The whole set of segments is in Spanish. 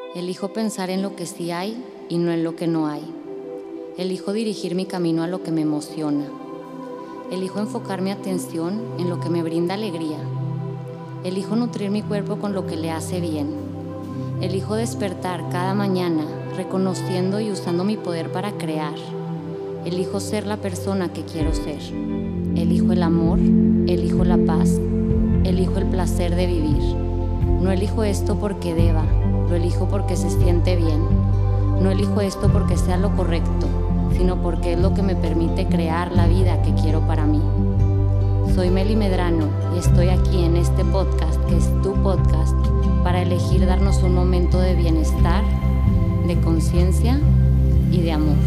Elijo pensar en lo que sí hay y no en lo que no hay. Elijo dirigir mi camino a lo que me emociona. Elijo enfocar mi atención en lo que me brinda alegría. Elijo nutrir mi cuerpo con lo que le hace bien. Elijo despertar cada mañana reconociendo y usando mi poder para crear. Elijo ser la persona que quiero ser. Elijo el amor, elijo la paz, elijo el placer de vivir. No elijo esto porque deba, lo elijo porque se siente bien. No elijo esto porque sea lo correcto, sino porque es lo que me permite crear la vida que quiero para mí. Soy Meli Medrano y estoy aquí en este podcast, que es tu podcast, para elegir darnos un momento de bienestar, de conciencia y de amor.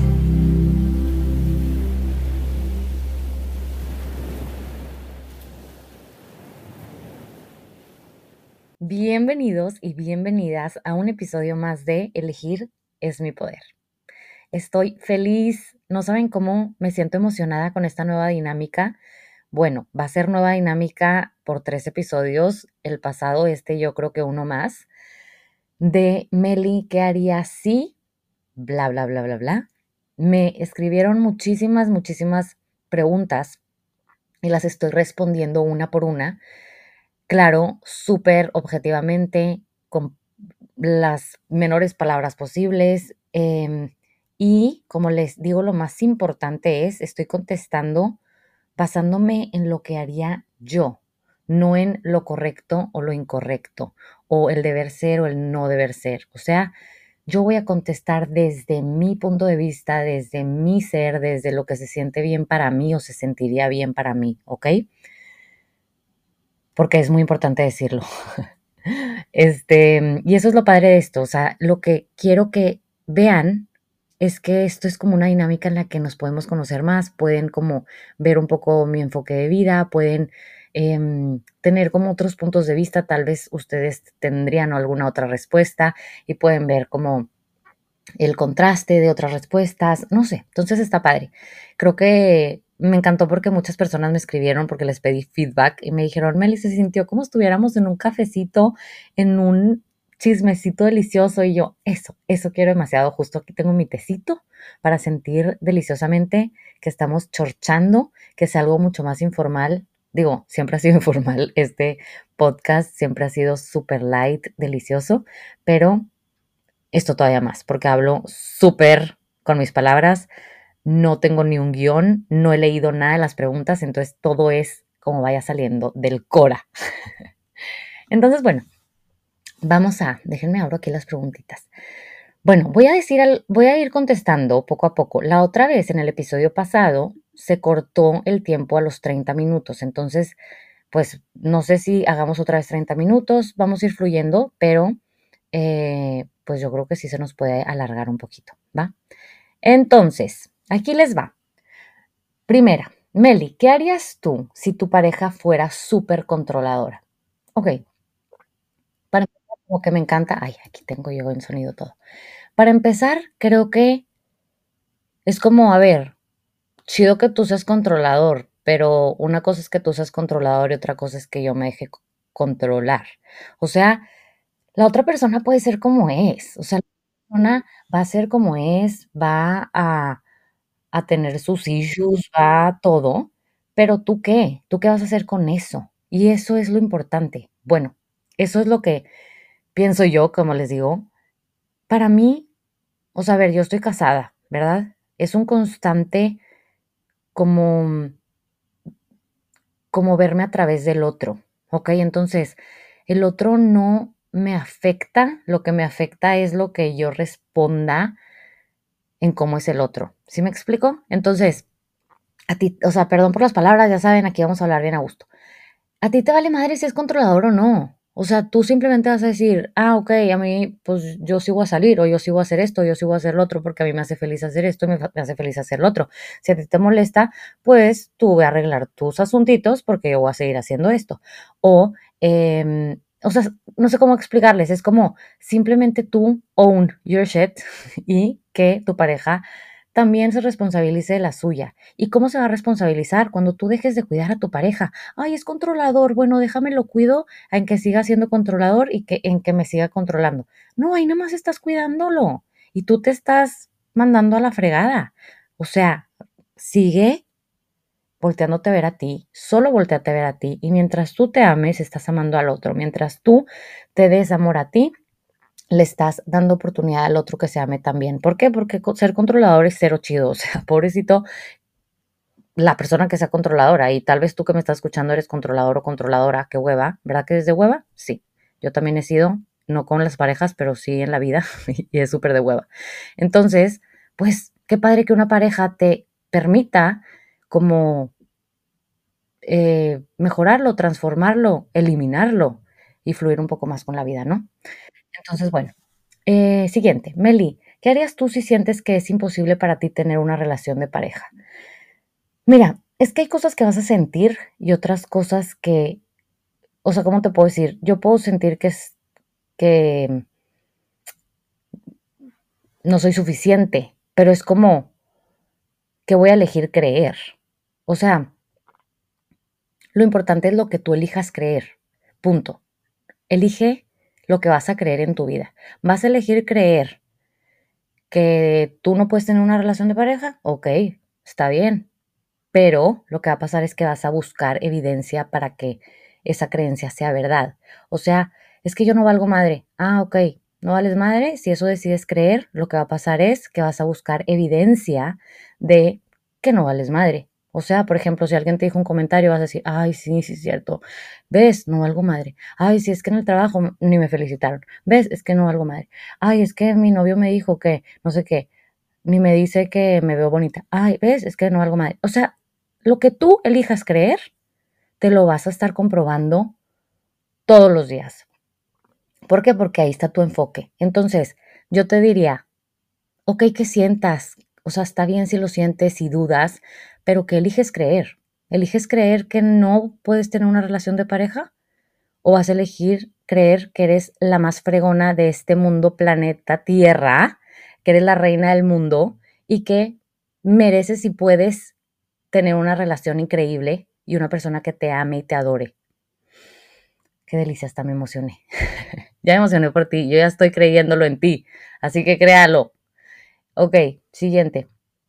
Bienvenidos y bienvenidas a un episodio más de Elegir es mi poder. Estoy feliz, no saben cómo me siento emocionada con esta nueva dinámica. Bueno, va a ser nueva dinámica por 3 episodios, el pasado, yo creo que uno más, de Meli, ¿qué haría si? Bla, bla, bla, bla, bla. Me escribieron muchísimas preguntas y las estoy respondiendo una por una. Claro, súper objetivamente, con las menores palabras posibles. Y como les digo, lo más importante es, estoy contestando basándome en lo que haría yo, no en lo correcto o lo incorrecto, o el deber ser o el no deber ser. O sea, yo voy a contestar desde mi punto de vista, desde mi ser, desde lo que se siente bien para mí o se sentiría bien para mí, ¿ok? Porque es muy importante decirlo. Y eso es lo padre de esto, o sea, lo que quiero que vean es que esto es como una dinámica en la que nos podemos conocer más, pueden como ver un poco mi enfoque de vida, pueden tener como otros puntos de vista, tal vez ustedes tendrían alguna otra respuesta y pueden ver como el contraste de otras respuestas, no sé, entonces está padre. Creo que me encantó porque muchas personas me escribieron porque les pedí feedback y me dijeron, Meli, se sintió como estuviéramos en un cafecito, en un chismecito delicioso y yo, eso quiero demasiado, justo aquí tengo mi tecito para sentir deliciosamente que estamos chorchando, que es algo mucho más informal. Digo, siempre ha sido informal este podcast, siempre ha sido super light, delicioso, pero esto todavía más, porque hablo súper con mis palabras, no tengo ni un guión, no he leído nada de las preguntas, entonces todo es como vaya saliendo del Cora. Entonces, bueno, déjenme abro aquí las preguntitas. Bueno, voy a ir contestando poco a poco. La otra vez, en el episodio pasado, se cortó el tiempo a los 30 minutos, entonces, pues no sé si hagamos otra vez 30 minutos, vamos a ir fluyendo, pero pues yo creo que sí se nos puede alargar un poquito, ¿va? Entonces, aquí les va. Primera, Meli, ¿qué harías tú si tu pareja fuera súper controladora? Ok, para empezar, como que me encanta. Ay, aquí tengo yo en sonido todo. Para empezar, creo que es como, a ver, chido que tú seas controlador, pero una cosa es que tú seas controlador y otra cosa es que yo me deje controlar. O sea, la otra persona puede ser como es, o sea, la persona va a ser como es, va a tener sus issues, va a todo, pero ¿tú qué? ¿Tú qué vas a hacer con eso? Y eso es lo importante. Bueno, eso es lo que pienso yo, como les digo. Para mí, o sea, a ver, yo estoy casada, ¿verdad? Es un constante como como verme a través del otro, ¿ok? Entonces, el otro no me afecta, lo que me afecta es lo que yo responda en cómo es el otro. ¿Sí me explico? Entonces, a ti, o sea, perdón por las palabras, ya saben, aquí vamos a hablar bien a gusto. A ti te vale madre si es controlador o no. O sea, tú simplemente vas a decir, ah, ok, a mí, pues yo sí voy a salir, o yo sí voy a hacer esto, o yo sí voy a hacer lo otro, porque a mí me hace feliz hacer esto y me hace feliz hacer lo otro. Si a ti te molesta, pues tú ve a arreglar tus asuntitos porque yo voy a seguir haciendo esto. O sea, no sé cómo explicarles, es como simplemente tú own your shit y que tu pareja también se responsabilice de la suya. ¿Y cómo se va a responsabilizar? Cuando tú dejes de cuidar a tu pareja. Ay, es controlador. Bueno, déjame lo cuido en que siga siendo controlador y en que me siga controlando. No, ahí nada más estás cuidándolo y tú te estás mandando a la fregada. O sea, sigue volteándote a ver a ti, solo volteate a ver a ti y mientras tú te ames, estás amando al otro. Mientras tú te des amor a ti, le estás dando oportunidad al otro que se ame también. ¿Por qué? Porque ser controlador es cero chido. O sea, pobrecito la persona que sea controladora. Y tal vez tú que me estás escuchando eres controlador o controladora. Qué hueva. ¿Verdad que es de hueva? Sí. Yo también he sido, no con las parejas, pero sí en la vida. Y es súper de hueva. Entonces, pues, qué padre que una pareja te permita como mejorarlo, transformarlo, eliminarlo y fluir un poco más con la vida, ¿no? Entonces, bueno, siguiente, Meli, ¿qué harías tú si sientes que es imposible para ti tener una relación de pareja? Mira, es que hay cosas que vas a sentir y otras cosas que, o sea, ¿cómo te puedo decir? Yo puedo sentir que no soy suficiente, pero es como que voy a elegir creer. O sea, lo importante es lo que tú elijas creer. Punto. Elige lo que vas a creer en tu vida. ¿Vas a elegir creer que tú no puedes tener una relación de pareja? Ok, está bien. Pero lo que va a pasar es que vas a buscar evidencia para que esa creencia sea verdad. O sea, es que yo no valgo madre. Ah, ok, no vales madre. Si eso decides creer, lo que va a pasar es que vas a buscar evidencia de que no vales madre. O sea, por ejemplo, si alguien te dijo un comentario, vas a decir, ay, sí, sí, es cierto. ¿Ves? No valgo madre. Ay, sí, es que en el trabajo ni me felicitaron. ¿Ves? Es que no valgo madre. Ay, es que mi novio me dijo que no sé qué, ni me dice que me veo bonita. Ay, ¿ves? Es que no valgo madre. O sea, lo que tú elijas creer, te lo vas a estar comprobando todos los días. ¿Por qué? Porque ahí está tu enfoque. Entonces, yo te diría, ok, que sientas, o sea, está bien si lo sientes y dudas, pero que eliges creer. ¿Eliges creer que no puedes tener una relación de pareja? ¿O vas a elegir creer que eres la más fregona de este mundo, planeta Tierra, que eres la reina del mundo y que mereces y puedes tener una relación increíble y una persona que te ame y te adore? Qué delicia, hasta me emocioné. Ya me emocioné por ti, yo ya estoy creyéndolo en ti, así que créalo. Ok, siguiente.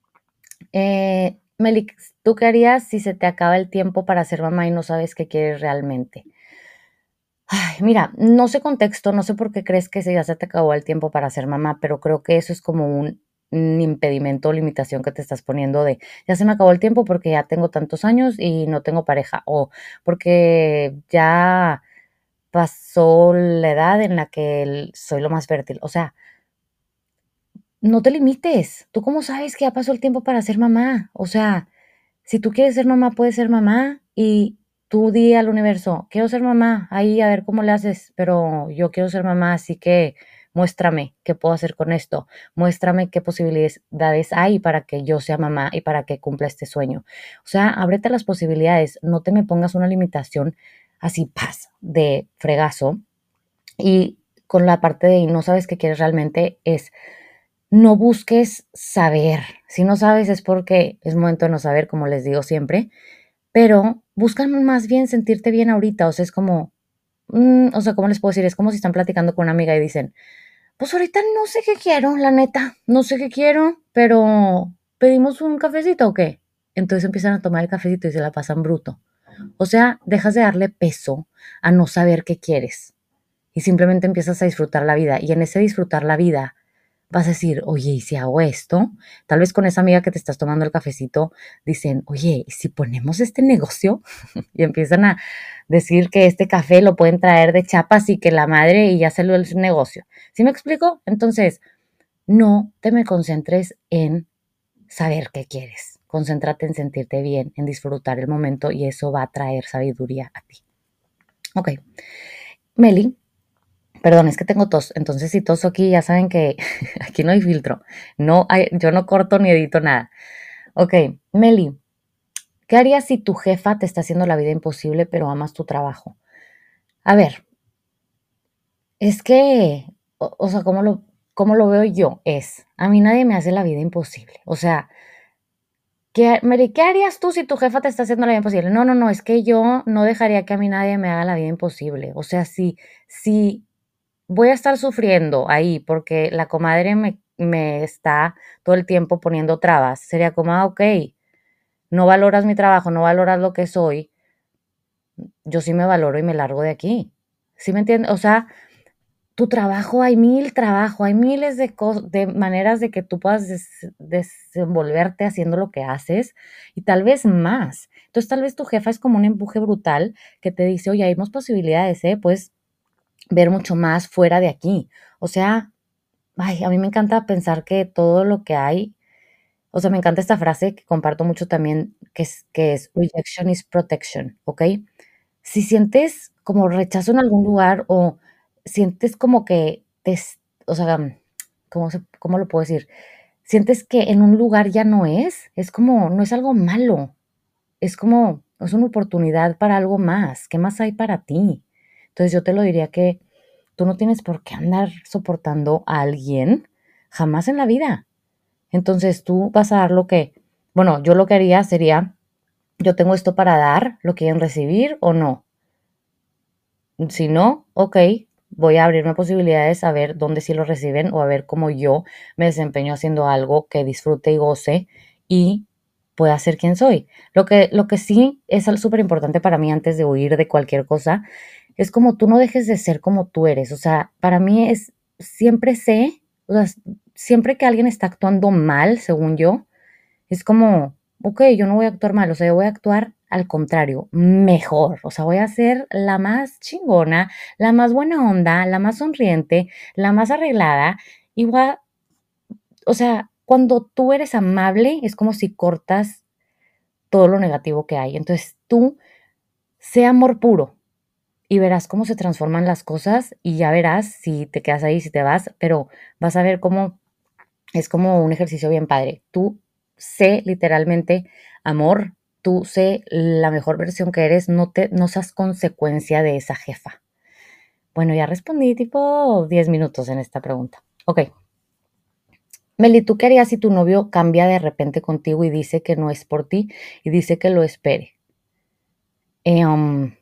Melik, ¿tú qué harías si se te acaba el tiempo para ser mamá y no sabes qué quieres realmente? Ay, mira, no sé contexto, no sé por qué crees que ya se te acabó el tiempo para ser mamá, pero creo que eso es como un impedimento o limitación que te estás poniendo de, ya se me acabó el tiempo porque ya tengo tantos años y no tengo pareja, o porque ya pasó la edad en la que soy lo más fértil. O sea, no te limites. ¿Tú cómo sabes que ya pasó el tiempo para ser mamá? O sea, si tú quieres ser mamá, puedes ser mamá y tú di al universo, quiero ser mamá, ahí a ver cómo le haces, pero yo quiero ser mamá, así que muéstrame qué puedo hacer con esto, muéstrame qué posibilidades hay para que yo sea mamá y para que cumpla este sueño. O sea, ábrete las posibilidades, no te me pongas una limitación así, paz, de fregazo. Y con la parte de no sabes qué quieres realmente es no busques saber. Si no sabes es porque es momento de no saber, como les digo siempre, pero buscan más bien sentirte bien ahorita. O sea, es como, o sea, ¿cómo les puedo decir? Es como si están platicando con una amiga y dicen, pues ahorita no sé qué quiero, la neta, no sé qué quiero, pero ¿pedimos un cafecito o qué? Entonces empiezan a tomar el cafecito y se la pasan bruto. O sea, dejas de darle peso a no saber qué quieres y simplemente empiezas a disfrutar la vida. Y en ese disfrutar la vida vas a decir, oye, ¿y si hago esto? Tal vez con esa amiga que te estás tomando el cafecito, dicen, oye, ¿y si ponemos este negocio? Y empiezan a decir que este café lo pueden traer de Chiapas y que la madre y ya se lo el negocio. ¿Sí me explico? Entonces, no te me concentres en saber qué quieres. Concéntrate en sentirte bien, en disfrutar el momento y eso va a traer sabiduría a ti. Ok. Meli, perdón, es que tengo tos. Entonces, si toso aquí, ya saben que aquí no hay filtro. No hay, yo no corto ni edito nada. Ok, Meli, ¿qué harías si tu jefa te está haciendo la vida imposible, pero amas tu trabajo? A ver, es que, o sea, como lo veo yo, es, a mí nadie me hace la vida imposible. O sea, Mary, ¿qué harías tú si tu jefa te está haciendo la vida imposible? No, no, no, es que yo no dejaría que a mí nadie me haga la vida imposible. O sea, si voy a estar sufriendo ahí porque la comadre me está todo el tiempo poniendo trabas, sería como, ok, no valoras mi trabajo, no valoras lo que soy, yo sí me valoro y me largo de aquí. ¿Sí me entiendes? O sea, tu trabajo, hay mil trabajo, hay miles de maneras de que tú puedas desenvolverte haciendo lo que haces y tal vez más. Entonces, tal vez tu jefa es como un empuje brutal que te dice, oye, hay más posibilidades, ¿eh? Puedes ver mucho más fuera de aquí. O sea, ay, a mí me encanta pensar que todo lo que hay, o sea, me encanta esta frase que comparto mucho también, que es rejection is protection, ¿ok? Si sientes como rechazo en algún lugar o sientes como que o sea, ¿cómo lo puedo decir? Sientes que en un lugar ya no es como, no es algo malo, es como, es una oportunidad para algo más. ¿Qué más hay para ti? Entonces yo te lo diría que tú no tienes por qué andar soportando a alguien jamás en la vida. Entonces tú vas a dar lo que, bueno, yo lo que haría sería, yo tengo esto para dar, ¿lo quieren recibir o no? Si no, ok, voy a abrirme posibilidades a ver dónde sí lo reciben o a ver cómo yo me desempeño haciendo algo que disfrute y goce y pueda ser quien soy. Lo que sí es súper importante para mí antes de huir de cualquier cosa es como tú no dejes de ser como tú eres. O sea, para mí es, siempre sé, o sea, siempre que alguien está actuando mal, según yo, es como, ok, yo no voy a actuar mal, o sea, yo voy a actuar al contrario, mejor, o sea, voy a ser la más chingona, la más buena onda, la más sonriente, la más arreglada, igual, o sea, cuando tú eres amable es como si cortas todo lo negativo que hay. Entonces tú, sé amor puro y verás cómo se transforman las cosas y ya verás si te quedas ahí, si te vas, pero vas a ver cómo es como un ejercicio bien padre. Tú sé literalmente amor, tú sé la mejor versión que eres, no seas consecuencia de esa jefa. Bueno, ya respondí tipo 10 minutos en esta pregunta. Ok. Meli, ¿tú qué harías si tu novio cambia de repente contigo y dice que no es por ti y dice que lo espere? Eh, um,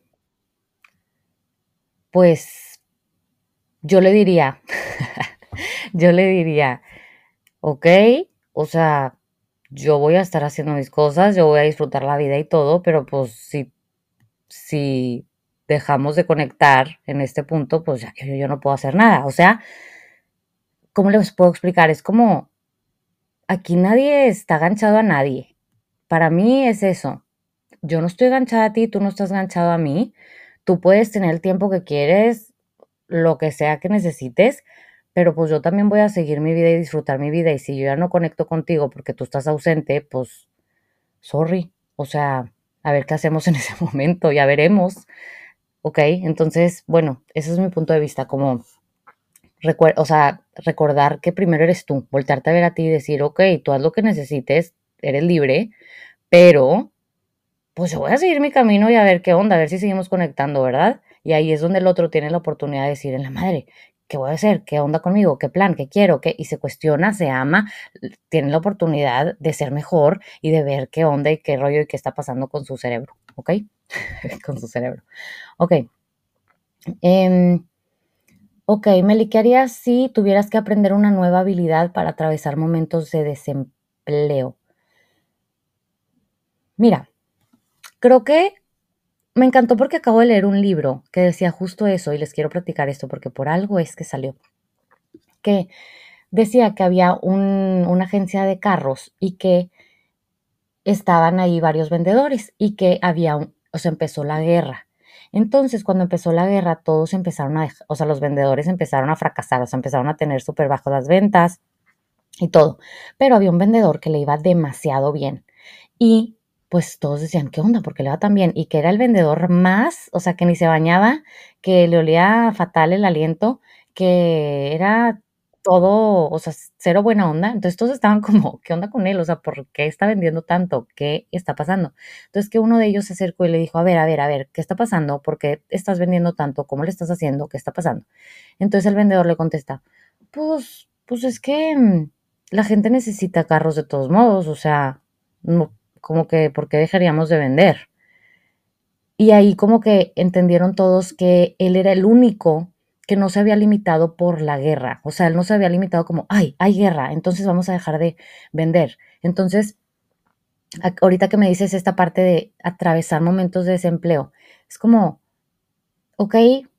pues yo le diría, yo le diría, ok, o sea, yo voy a estar haciendo mis cosas, yo voy a disfrutar la vida y todo, pero pues si dejamos de conectar en este punto, pues ya yo no puedo hacer nada. O sea, ¿cómo les puedo explicar? Es como, aquí nadie está ganchado a nadie. Para mí es eso. Yo no estoy ganchada a ti, tú no estás ganchado a mí. Tú puedes tener el tiempo que quieres, lo que sea que necesites, pero pues yo también voy a seguir mi vida y disfrutar mi vida. Y si yo ya no conecto contigo porque tú estás ausente, pues sorry. O sea, a ver qué hacemos en ese momento, ya veremos. Ok, entonces, bueno, ese es mi punto de vista, como, o sea, recordar que primero eres tú, voltearte a ver a ti y decir, ok, tú haz lo que necesites, eres libre, pero pues yo voy a seguir mi camino y a ver qué onda, a ver si seguimos conectando, ¿verdad? Y ahí es donde el otro tiene la oportunidad de decir, en la madre, ¿qué voy a hacer? ¿Qué onda conmigo? ¿Qué plan? ¿Qué quiero? ¿Qué? Y se cuestiona, se ama, tiene la oportunidad de ser mejor y de ver qué onda y qué rollo y qué está pasando con su cerebro, ¿ok? Con su cerebro. Ok. em, Ok, Meli, ¿qué harías si tuvieras que aprender una nueva habilidad para atravesar momentos de desempleo? Mira, creo que me encantó porque acabo de leer un libro que decía justo eso y les quiero platicar esto porque por algo es que salió, que decía que había una agencia de carros y que estaban ahí varios vendedores y que o sea, empezó la guerra. Entonces, cuando empezó la guerra, todos empezaron o sea, los vendedores empezaron a fracasar, o sea, empezaron a tener súper bajas las ventas, y todo. Pero había un vendedor que le iba demasiado bien. Y pues todos decían, ¿qué onda? ¿Por qué le va tan bien? Y que era el vendedor más, o sea, que ni se bañaba, que le olía fatal el aliento, que era todo, o sea, cero buena onda. Entonces todos estaban como, ¿qué onda con él? O sea, ¿por qué está vendiendo tanto? ¿Qué está pasando? Entonces que uno de ellos se acercó y le dijo, a ver, ¿qué está pasando? ¿Por qué estás vendiendo tanto? ¿Cómo le estás haciendo? ¿Qué está pasando? Entonces el vendedor le contesta, pues pues es que la gente necesita carros de todos modos, o sea, no, como que, ¿por qué dejaríamos de vender? Y ahí como que entendieron todos que él era el único que no se había limitado por la guerra. O sea, él no se había limitado como, ay, hay guerra, entonces vamos a dejar de vender. Entonces, ahorita que me dices esta parte de atravesar momentos de desempleo, es como, ok,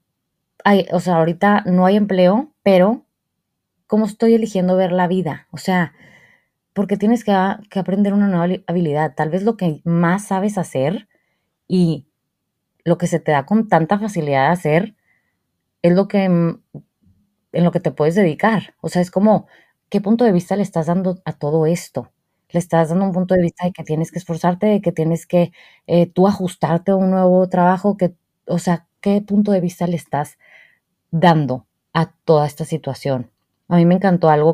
o sea, ahorita no hay empleo, pero ¿cómo estoy eligiendo ver la vida? O sea, porque tienes que aprender una nueva habilidad. Tal vez lo que más sabes hacer y lo que se te da con tanta facilidad de hacer es lo que en lo que te puedes dedicar. O sea, es como, ¿qué punto de vista le estás dando a todo esto? Le estás dando un punto de vista de que tienes que esforzarte, de que tienes que tú ajustarte a un nuevo trabajo, que, o sea, ¿qué punto de vista le estás dando a toda esta situación? A mí me encantó algo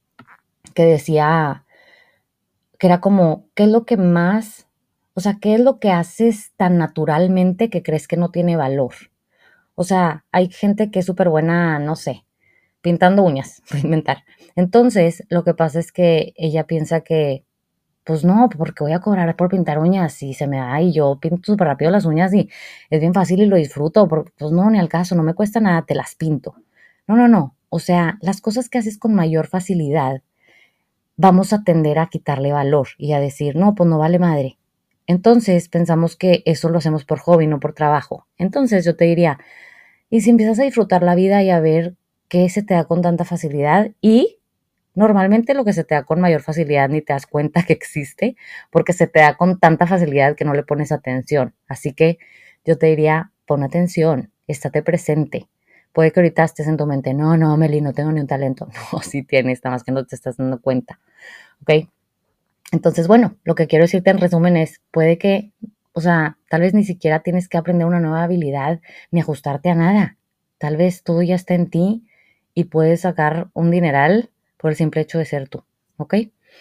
que decía, que era como, ¿qué es lo que más, o sea, qué es lo que haces tan naturalmente que crees que no tiene valor? O sea, hay gente que es súper buena, no sé, pintando uñas, voy a inventar. Entonces, lo que pasa es que ella piensa que, pues no, porque voy a cobrar por pintar uñas y se me da y yo pinto súper rápido las uñas y es bien fácil y lo disfruto, pues no, ni al caso, no me cuesta nada, te las pinto. No, no, no. O sea, las cosas que haces con mayor facilidad, vamos a tender a quitarle valor y a decir, no, pues no vale madre. Entonces pensamos que eso lo hacemos por hobby, no por trabajo. Entonces yo te diría, y si empiezas a disfrutar la vida y a ver qué se te da con tanta facilidad y normalmente lo que se te da con mayor facilidad ni te das cuenta que existe porque se te da con tanta facilidad que no le pones atención. Así que yo te diría, pon atención, estate presente. Puede que ahorita estés en tu mente, no, no, Meli, no tengo ni un talento. No, sí tienes, nada más que no te estás dando cuenta. ¿Ok? Entonces, bueno, lo que quiero decirte en resumen es, puede que, o sea, tal vez ni siquiera tienes que aprender una nueva habilidad ni ajustarte a nada. Tal vez todo ya está en ti y puedes sacar un dineral por el simple hecho de ser tú, ¿ok?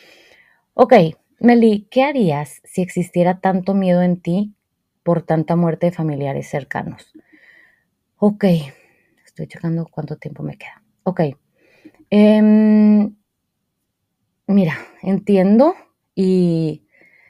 Ok, Meli, ¿qué harías si existiera tanto miedo en ti por tanta muerte de familiares cercanos? Ok, estoy checando cuánto tiempo me queda. Ok, em, mira, entiendo y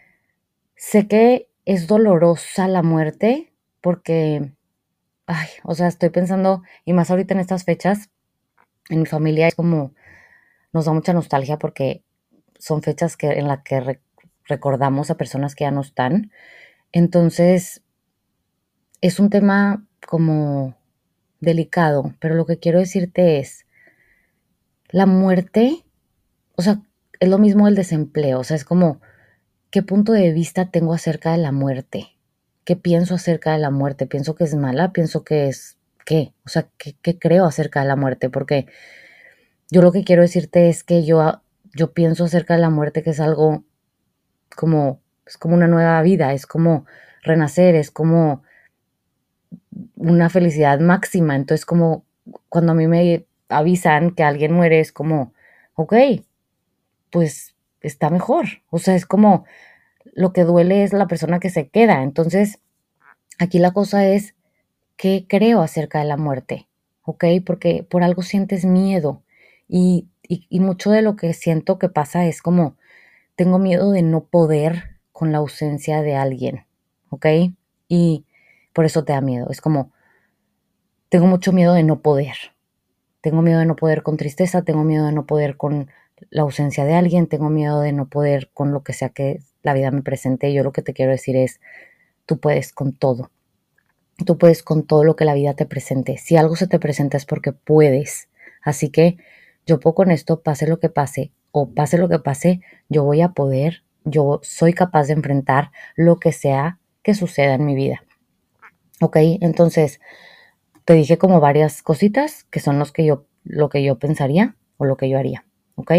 sé que es dolorosa la muerte porque, ay, o sea, estoy pensando, y más ahorita en estas fechas, en mi familia es como, nos da mucha nostalgia porque son fechas en las que recordamos a personas que ya no están. Entonces, es un tema como delicado, pero lo que quiero decirte es, la muerte, o sea, es lo mismo el desempleo, o sea, es como, ¿qué punto de vista tengo acerca de la muerte? ¿Qué pienso acerca de la muerte? ¿Pienso que es mala? ¿Pienso que es qué? O sea, ¿qué creo acerca de la muerte? Porque yo lo que quiero decirte es que yo pienso acerca de la muerte que es algo como, es como una nueva vida, es como renacer, es como una felicidad máxima. Entonces, como cuando a mí me avisan que alguien muere, es como, ok, pues está mejor. O sea, es como lo que duele es la persona que se queda. Entonces, aquí la cosa es, ¿qué creo acerca de la muerte? ¿Ok? Porque por algo sientes miedo y mucho de lo que siento que pasa es como, tengo miedo de no poder con la ausencia de alguien. ¿Ok? Y por eso te da miedo. Es como, tengo mucho miedo de no poder. Tengo miedo de no poder con tristeza, tengo miedo de no poder con la ausencia de alguien, tengo miedo de no poder con lo que sea que la vida me presente. Yo lo que te quiero decir es, tú puedes con todo. Tú puedes con todo lo que la vida te presente. Si algo se te presenta es porque puedes. Así que yo puedo con esto, pase lo que pase o pase lo que pase, yo voy a poder, yo soy capaz de enfrentar lo que sea que suceda en mi vida. ¿Ok? Entonces, te dije como varias cositas que son lo que yo pensaría o lo que yo haría. ¿Ok?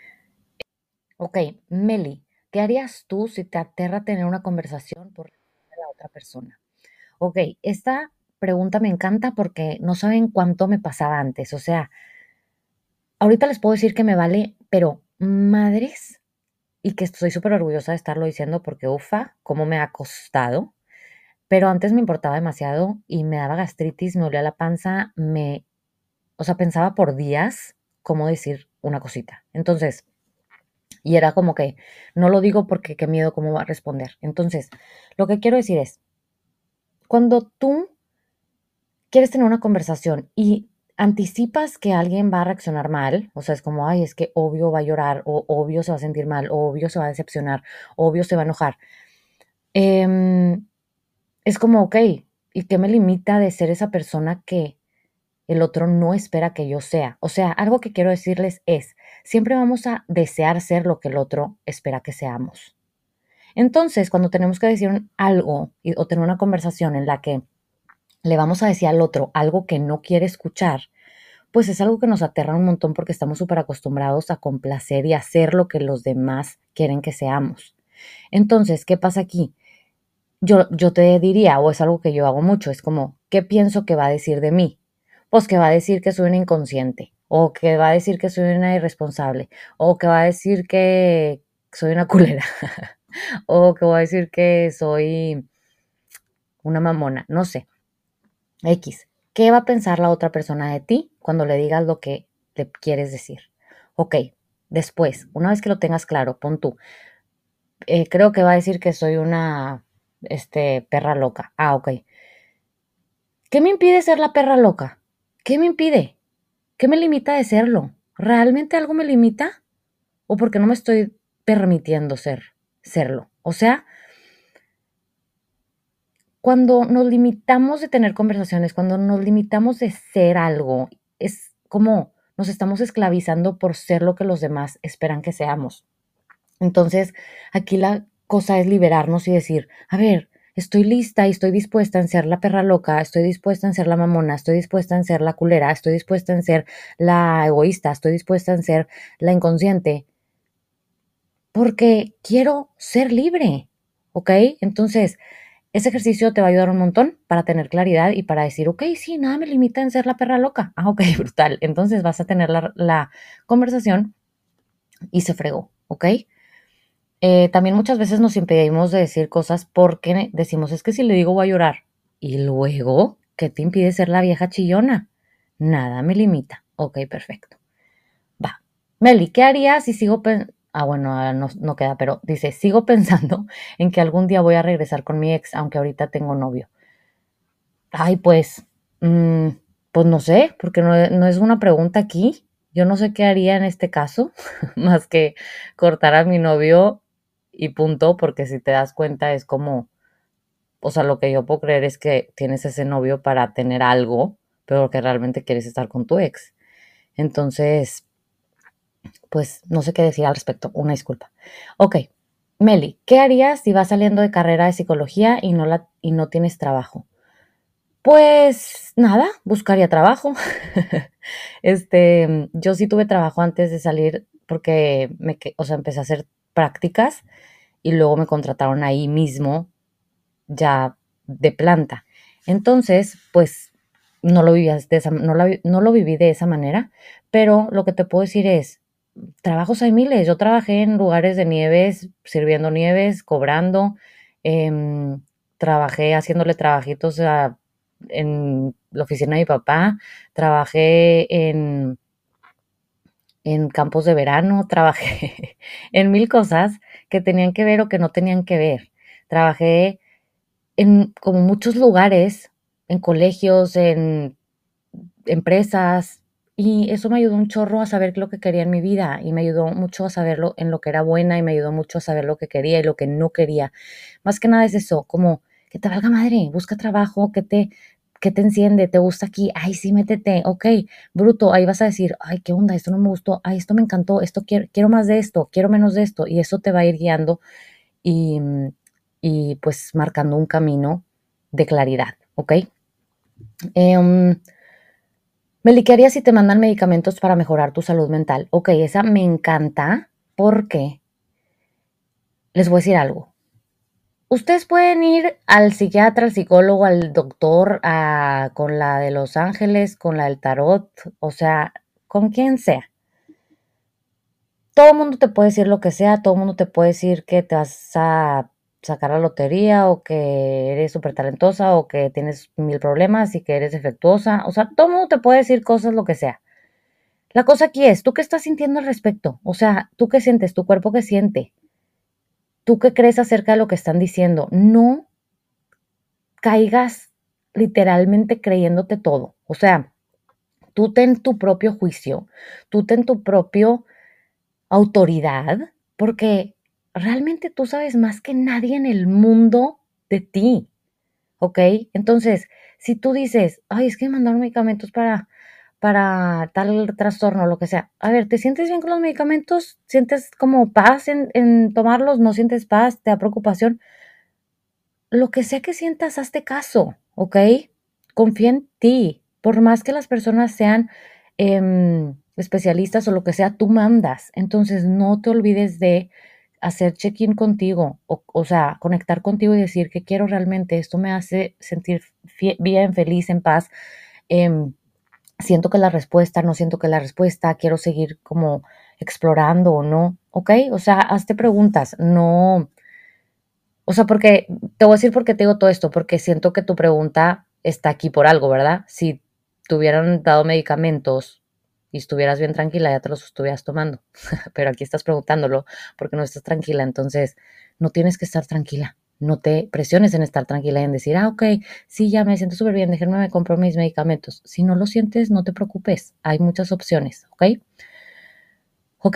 Ok, Meli, ¿qué harías tú si te aterra tener una conversación por la otra persona? Ok, esta pregunta me encanta porque no saben cuánto me pasaba antes. O sea, ahorita les puedo decir que me vale, pero madres, y que estoy súper orgullosa de estarlo diciendo porque ufa, cómo me ha costado. Pero antes me importaba demasiado y me daba gastritis, me dolía la panza, o sea, pensaba por días cómo decir una cosita. Entonces, y era como que, no lo digo porque qué miedo cómo va a responder. Entonces, lo que quiero decir es, cuando tú quieres tener una conversación y anticipas que alguien va a reaccionar mal, o sea, es como, ay, es que obvio va a llorar, o obvio se va a sentir mal, o obvio se va a decepcionar, obvio se va a enojar. Em, es como, ok, ¿y qué me limita de ser esa persona que el otro no espera que yo sea? O sea, algo que quiero decirles es, siempre vamos a desear ser lo que el otro espera que seamos. Entonces, cuando tenemos que decir algo o tener una conversación en la que le vamos a decir al otro algo que no quiere escuchar, pues es algo que nos aterra un montón porque estamos súper acostumbrados a complacer y hacer lo que los demás quieren que seamos. Entonces, ¿qué pasa aquí? Yo te diría, o es algo que yo hago mucho, es como, ¿qué pienso que va a decir de mí? Pues que va a decir que soy una inconsciente, o que va a decir que soy una irresponsable, o que va a decir que soy una culera, o que va a decir que soy una mamona, no sé. X. ¿Qué va a pensar la otra persona de ti cuando le digas lo que le quieres decir? Ok, después, una vez que lo tengas claro, pon tú. Creo que va a decir que soy una, perra loca. Ah, ok. ¿Qué me impide ser la perra loca? ¿Qué me impide? ¿Qué me limita de serlo? ¿Realmente algo me limita? ¿O porque no me estoy permitiendo serlo? O sea, cuando nos limitamos de tener conversaciones, cuando nos limitamos de ser algo, es como nos estamos esclavizando por ser lo que los demás esperan que seamos. Entonces, aquí la cosa es liberarnos y decir, a ver, estoy lista y estoy dispuesta en ser la perra loca, estoy dispuesta en ser la mamona, estoy dispuesta en ser la culera, estoy dispuesta en ser la egoísta, estoy dispuesta en ser la inconsciente, porque quiero ser libre, ¿ok? Entonces, ese ejercicio te va a ayudar un montón para tener claridad y para decir, ok, sí, nada me limita en ser la perra loca. Ah, ok, brutal. Entonces vas a tener la conversación y se fregó, ¿ok? También muchas veces nos impedimos de decir cosas porque decimos, es que si le digo voy a llorar. Y luego, ¿qué te impide ser la vieja chillona? Nada me limita. Ok, perfecto. Va. Meli, ¿qué haría si sigo bueno, no, no queda, pero dice, sigo pensando en que algún día voy a regresar con mi ex, aunque ahorita tengo novio. Ay, pues, mm, pues no sé, porque no es una pregunta aquí. Yo no sé qué haría en este caso, más que cortar a mi novio y punto, porque si te das cuenta es como, o sea, lo que yo puedo creer es que tienes ese novio para tener algo, pero que realmente quieres estar con tu ex. Entonces, pues no sé qué decir al respecto, una disculpa. Ok, Meli, ¿qué harías si vas saliendo de carrera de psicología y no tienes trabajo? Pues nada, buscaría trabajo. Yo sí tuve trabajo antes de salir porque o sea, empecé a hacer prácticas y luego me contrataron ahí mismo ya de planta. Entonces, pues no lo viví no lo viví de esa manera, pero lo que te puedo decir es, trabajos hay miles. Yo trabajé en lugares de nieves, sirviendo nieves, cobrando, trabajé haciéndole trabajitos en la oficina de mi papá, trabajé en campos de verano, trabajé en mil cosas que tenían que ver o que no tenían que ver. Trabajé en como muchos lugares, en colegios, en empresas, y eso me ayudó un chorro a saber lo que quería en mi vida y me ayudó mucho a saberlo en lo que era buena y me ayudó mucho a saber lo que quería y lo que no quería. Más que nada es eso, como que te valga madre, busca trabajo, que te enciende, te gusta aquí, ay, sí, métete, ok, bruto, ahí vas a decir, ay, qué onda, esto no me gustó, ay, esto me encantó, esto quiero más de esto, quiero menos de esto, y eso te va a ir guiando y, y pues marcando un camino de claridad, ¿ok? Em, Meli, ¿qué harías si te mandan medicamentos para mejorar tu salud mental? Ok, esa me encanta porque les voy a decir algo. Ustedes pueden ir al psiquiatra, al psicólogo, al doctor, con la de Los Ángeles, con la del tarot, o sea, con quien sea. Todo el mundo te puede decir lo que sea, todo el mundo te puede decir que te vas a sacar la lotería o que eres súper talentosa o que tienes mil problemas y que eres defectuosa. O sea, todo el mundo te puede decir cosas, lo que sea. La cosa aquí es, ¿tú qué estás sintiendo al respecto? O sea, ¿tú qué sientes? ¿Tu cuerpo qué siente? ¿Tú qué crees acerca de lo que están diciendo? No caigas literalmente creyéndote todo. O sea, tú ten tu propio juicio, tú ten tu propio autoridad, porque realmente tú sabes más que nadie en el mundo de ti, ¿ok? Entonces, si tú dices, ay, es que me mandaron medicamentos para tal trastorno, lo que sea. A ver, ¿te sientes bien con los medicamentos? ¿Sientes como paz en tomarlos? ¿No sientes paz? ¿Te da preocupación? Lo que sea que sientas, hazte caso, ¿ok? Confía en ti. Por más que las personas sean especialistas o lo que sea, tú mandas. Entonces, no te olvides de hacer check-in contigo, o sea, conectar contigo y decir que quiero realmente, esto me hace sentir bien, feliz, en paz. em, Siento que la respuesta, no siento que la respuesta, quiero seguir como explorando o no, ¿ok? O sea, hazte preguntas, no, o sea, porque te voy a decir por qué te digo todo esto, porque siento que tu pregunta está aquí por algo, ¿verdad? Si te hubieran dado medicamentos y estuvieras bien tranquila, ya te los estuvieras tomando, pero aquí estás preguntándolo porque no estás tranquila, entonces no tienes que estar tranquila. No te presiones en estar tranquila y en decir, ok, sí, ya me siento súper bien, déjenme me compro mis medicamentos. Si no lo sientes, no te preocupes, hay muchas opciones, ¿ok? Ok,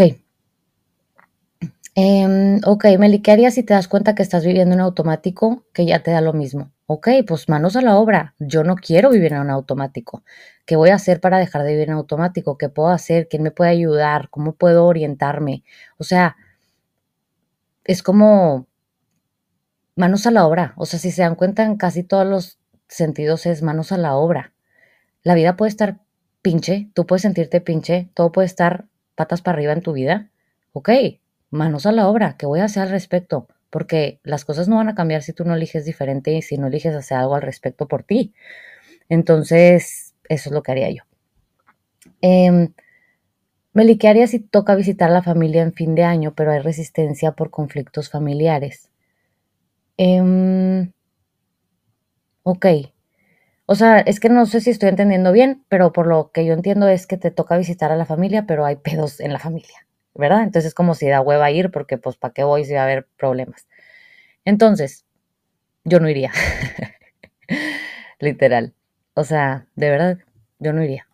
ok, Meli, ¿qué harías si te das cuenta que estás viviendo en automático, que ya te da lo mismo? Ok, pues manos a la obra. Yo no quiero vivir en un automático. ¿Qué voy a hacer para dejar de vivir en automático? ¿Qué puedo hacer? ¿Quién me puede ayudar? ¿Cómo puedo orientarme? O sea, es como manos a la obra. O sea, si se dan cuenta en casi todos los sentidos es manos a la obra. La vida puede estar pinche, tú puedes sentirte pinche, todo puede estar patas para arriba en tu vida. Ok, manos a la obra, ¿qué voy a hacer al respecto? Porque las cosas no van a cambiar si tú no eliges diferente y si no eliges hacer algo al respecto por ti. Entonces, eso es lo que haría yo. Em, Meli, ¿qué haría si toca visitar a la familia en fin de año, pero hay resistencia por conflictos familiares? Em, ok, o sea, es que no sé si estoy entendiendo bien, pero por lo que yo entiendo es que te toca visitar a la familia, pero hay pedos en la familia, ¿verdad? Entonces es como si da hueva ir, porque pues ¿para qué voy si va a haber problemas? Entonces, yo no iría, literal. O sea, de verdad, yo no iría.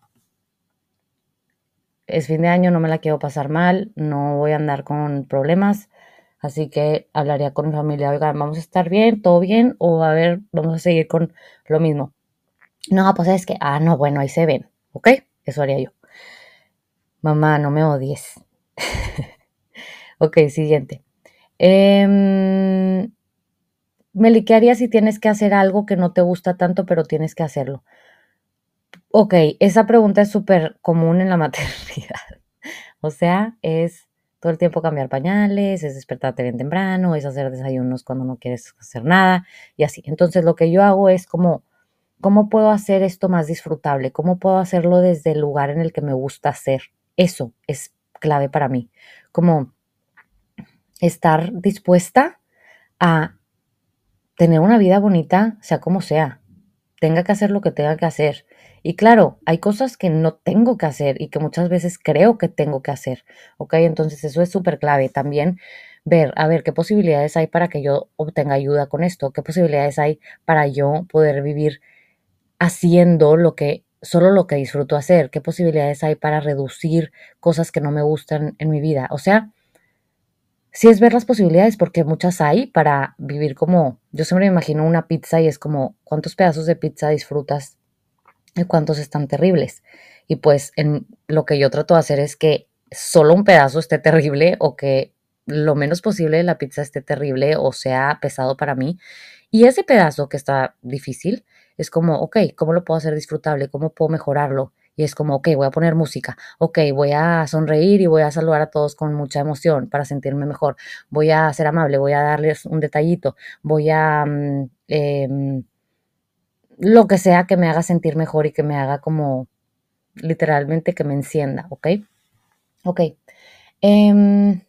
Es fin de año, no me la quiero pasar mal, no voy a andar con problemas, así que hablaría con mi familia, oigan, vamos a estar bien, todo bien, o a ver, vamos a seguir con lo mismo. No, pues es que, no, bueno, ahí se ven, ¿ok? Eso haría yo. Mamá, no me odies. Ok, siguiente. Em, Meli, ¿qué harías si tienes que hacer algo que no te gusta tanto, pero tienes que hacerlo? Ok, esa pregunta es súper común en la maternidad. O sea, es todo el tiempo cambiar pañales, es despertarte bien temprano, es hacer desayunos cuando no quieres hacer nada y así. Entonces, lo que yo hago es como, ¿cómo puedo hacer esto más disfrutable? ¿Cómo puedo hacerlo desde el lugar en el que me gusta hacer? Eso es clave para mí. Como estar dispuesta a tener una vida bonita, sea como sea, tenga que hacer lo que tenga que hacer. Y claro, hay cosas que no tengo que hacer y que muchas veces creo que tengo que hacer, ¿ok? Entonces eso es súper clave. También ver, a ver, qué posibilidades hay para que yo obtenga ayuda con esto, qué posibilidades hay para yo poder vivir haciendo solo lo que disfruto hacer, qué posibilidades hay para reducir cosas que no me gustan en mi vida. O sea, sí es ver las posibilidades porque muchas hay para vivir como, yo siempre me imagino una pizza y es como, ¿cuántos pedazos de pizza disfrutas y cuántos están terribles? Y pues en lo que yo trato de hacer es que solo un pedazo esté terrible o que lo menos posible de la pizza esté terrible o sea pesado para mí. Y ese pedazo que está difícil es como, ok, ¿cómo lo puedo hacer disfrutable? ¿Cómo puedo mejorarlo? Y es como, ok, voy a poner música, ok, voy a sonreír y voy a saludar a todos con mucha emoción para sentirme mejor, voy a ser amable, voy a darles un detallito, voy a lo que sea que me haga sentir mejor y que me haga como literalmente que me encienda, ¿ok? Ok. Em,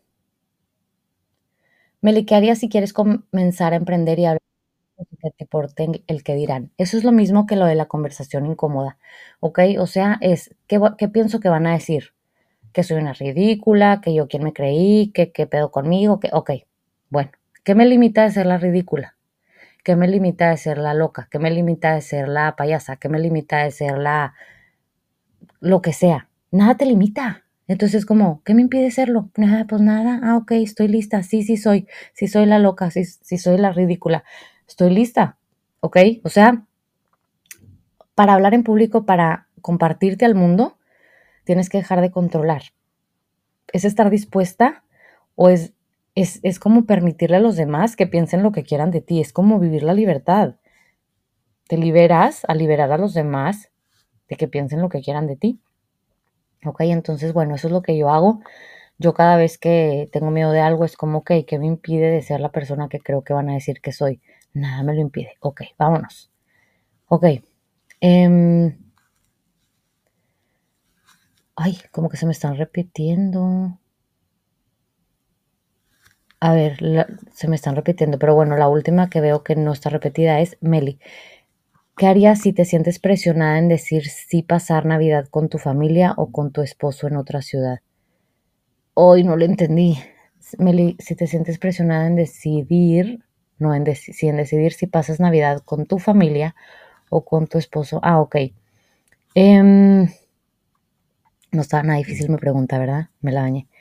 Meli, ¿qué harías si quieres comenzar a emprender y hablar que te importe el que dirán? Eso es lo mismo que lo de la conversación incómoda, ¿ok? O sea, es, ¿qué pienso que van a decir? que soy una ridícula, que yo quién me creí, que qué pedo conmigo, que, ok, bueno, ¿qué me limita de ser la ridícula? ¿Qué me limita de ser la loca? ¿Qué me limita de ser la payasa? ¿Qué me limita de ser la lo que sea? Nada te limita. Entonces, como, ¿qué me impide serlo? Nada, pues nada. Ah, ok, estoy lista. Sí, sí soy. Sí soy la loca. Sí, sí soy la ridícula. Estoy lista. ¿Ok? O sea, para hablar en público, para compartirte al mundo, tienes que dejar de controlar. ¿Es estar dispuesta o es como permitirle a los demás que piensen lo que quieran de ti? Es como vivir la libertad. Te liberas a liberar a los demás de que piensen lo que quieran de ti. Ok, entonces, bueno, eso es lo que yo hago. Yo cada vez que tengo miedo de algo es como, ok, ¿qué me impide de ser la persona que creo que van a decir que soy? Nada me lo impide. Ok, vámonos. Ok. Ay, como que se me están repitiendo. A ver, se me están repitiendo, pero bueno, la última que veo que no está repetida es Meli. ¿Qué harías si te sientes presionada en decir sí pasar Navidad con tu familia o con tu esposo en otra ciudad? Hoy no lo entendí. Meli, si te sientes presionada en decidir, no en, si en decidir si pasas Navidad con tu familia o con tu esposo. Ah, ok. No estaba nada difícil mi pregunta, ¿verdad? Me la bañé.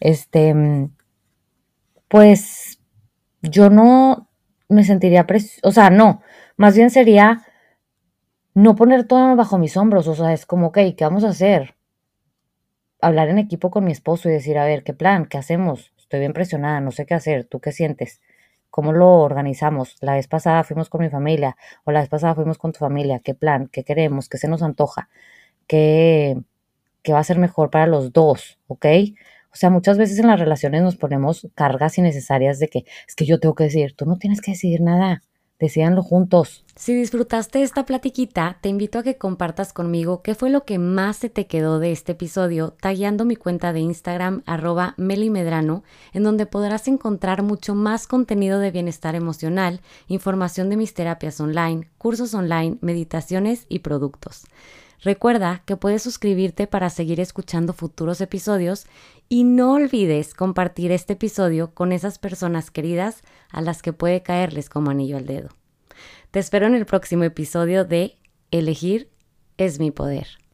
Pues yo no me sentiría o sea, no, más bien sería no poner todo bajo mis hombros, o sea, es como, ok, ¿qué vamos a hacer? Hablar en equipo con mi esposo y decir, a ver, ¿qué plan? ¿Qué hacemos? Estoy bien presionada, no sé qué hacer, ¿tú qué sientes? ¿Cómo lo organizamos? La vez pasada fuimos con mi familia o la vez pasada fuimos con tu familia, ¿qué plan? ¿Qué queremos? ¿Qué se nos antoja? ¿Qué, qué va a ser mejor para los dos? ¿Ok? O sea, muchas veces en las relaciones nos ponemos cargas innecesarias de que es que yo tengo que decidir, tú no tienes que decidir nada, decídanlo juntos. Si disfrutaste esta platiquita, te invito a que compartas conmigo qué fue lo que más se te quedó de este episodio, tagueando mi cuenta de Instagram @melimedrano, en donde podrás encontrar mucho más contenido de bienestar emocional, información de mis terapias online, cursos online, meditaciones y productos. Recuerda que puedes suscribirte para seguir escuchando futuros episodios y no olvides compartir este episodio con esas personas queridas a las que puede caerles como anillo al dedo. Te espero en el próximo episodio de Elegir es mi poder.